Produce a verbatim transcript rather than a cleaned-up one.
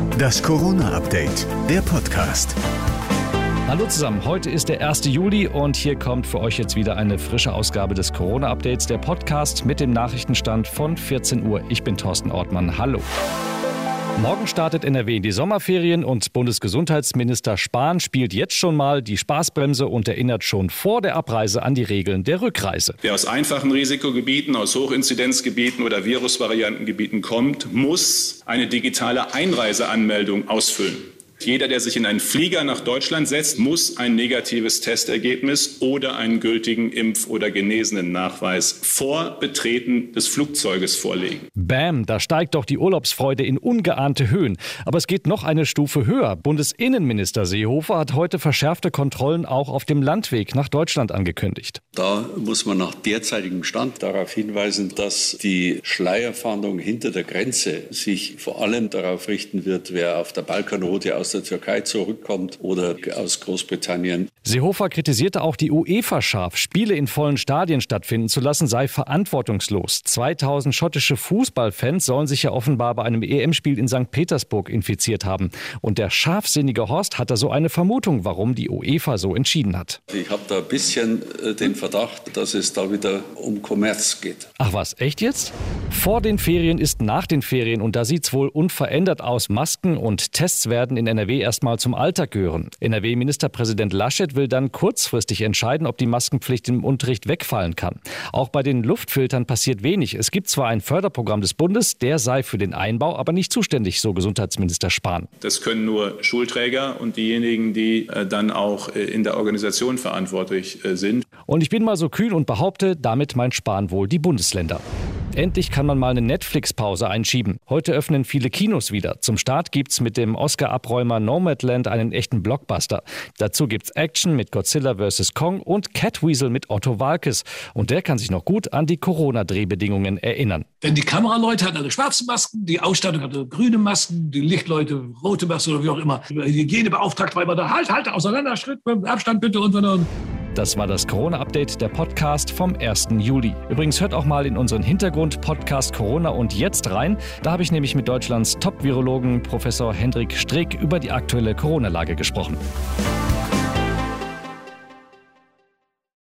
Das Corona-Update, der Podcast. Hallo zusammen, heute ist der erste Juli und hier kommt für euch jetzt wieder eine frische Ausgabe des Corona-Updates, der Podcast mit dem Nachrichtenstand von vierzehn Uhr. Ich bin Thorsten Ortmann, hallo. Morgen startet N R W in die Sommerferien und Bundesgesundheitsminister Spahn spielt jetzt schon mal die Spaßbremse und erinnert schon vor der Abreise an die Regeln der Rückreise. Wer aus einfachen Risikogebieten, aus Hochinzidenzgebieten oder Virusvariantengebieten kommt, muss eine digitale Einreiseanmeldung ausfüllen. Jeder, der sich in einen Flieger nach Deutschland setzt, muss ein negatives Testergebnis oder einen gültigen Impf- oder Genesenen-Nachweis vor Betreten des Flugzeuges vorlegen. Bam, da steigt doch die Urlaubsfreude in ungeahnte Höhen. Aber es geht noch eine Stufe höher. Bundesinnenminister Seehofer hat heute verschärfte Kontrollen auch auf dem Landweg nach Deutschland angekündigt. Da muss man nach derzeitigem Stand darauf hinweisen, dass die Schleierfahndung hinter der Grenze sich vor allem darauf richten wird, wer auf der Balkanroute aus der Türkei zurückkommt oder aus Großbritannien. Seehofer kritisierte auch die UEFA scharf. Spiele in vollen Stadien stattfinden zu lassen, sei verantwortungslos. zweitausend schottische Fußballfans sollen sich ja offenbar bei einem E M-Spiel in Sankt Petersburg infiziert haben. Und der scharfsinnige Horst hat da so eine Vermutung, warum die UEFA so entschieden hat. Ich habe da ein bisschen den Verdacht, dass es da wieder um Kommerz geht. Ach was, echt jetzt? Vor den Ferien ist nach den Ferien und da sieht's wohl unverändert aus. Masken und Tests werden in N R W erstmal zum Alltag gehören. N R W-Ministerpräsident Laschet will dann kurzfristig entscheiden, ob die Maskenpflicht im Unterricht wegfallen kann. Auch bei den Luftfiltern passiert wenig. Es gibt zwar ein Förderprogramm des Bundes, der sei für den Einbau, aber nicht zuständig, so Gesundheitsminister Spahn. Das können nur Schulträger und diejenigen, die äh, dann auch äh, in der Organisation verantwortlich äh, sind. Und ich bin mal so kühn und behaupte, damit meint Spahn wohl die Bundesländer. Endlich kann man mal eine Netflix-Pause einschieben. Heute öffnen viele Kinos wieder. Zum Start gibt's mit dem Oscar-Abräumer Nomadland einen echten Blockbuster. Dazu gibt's Action mit Godzilla versus. Kong und Catweasel mit Otto Waalkes. Und der kann sich noch gut an die Corona-Drehbedingungen erinnern. Denn die Kameraleute hatten alle schwarze Masken, die Ausstattung hatte grüne Masken, die Lichtleute rote Masken oder wie auch immer. Die Hygienebeauftragte war immer da, halt, halt, auseinander, Schritt, Abstand bitte und so. Das war das Corona-Update, der Podcast vom ersten Juli. Übrigens hört auch mal in unseren Hintergrund-Podcast Corona und Jetzt rein. Da habe ich nämlich mit Deutschlands Top-Virologen Professor Hendrik Streeck über die aktuelle Corona-Lage gesprochen.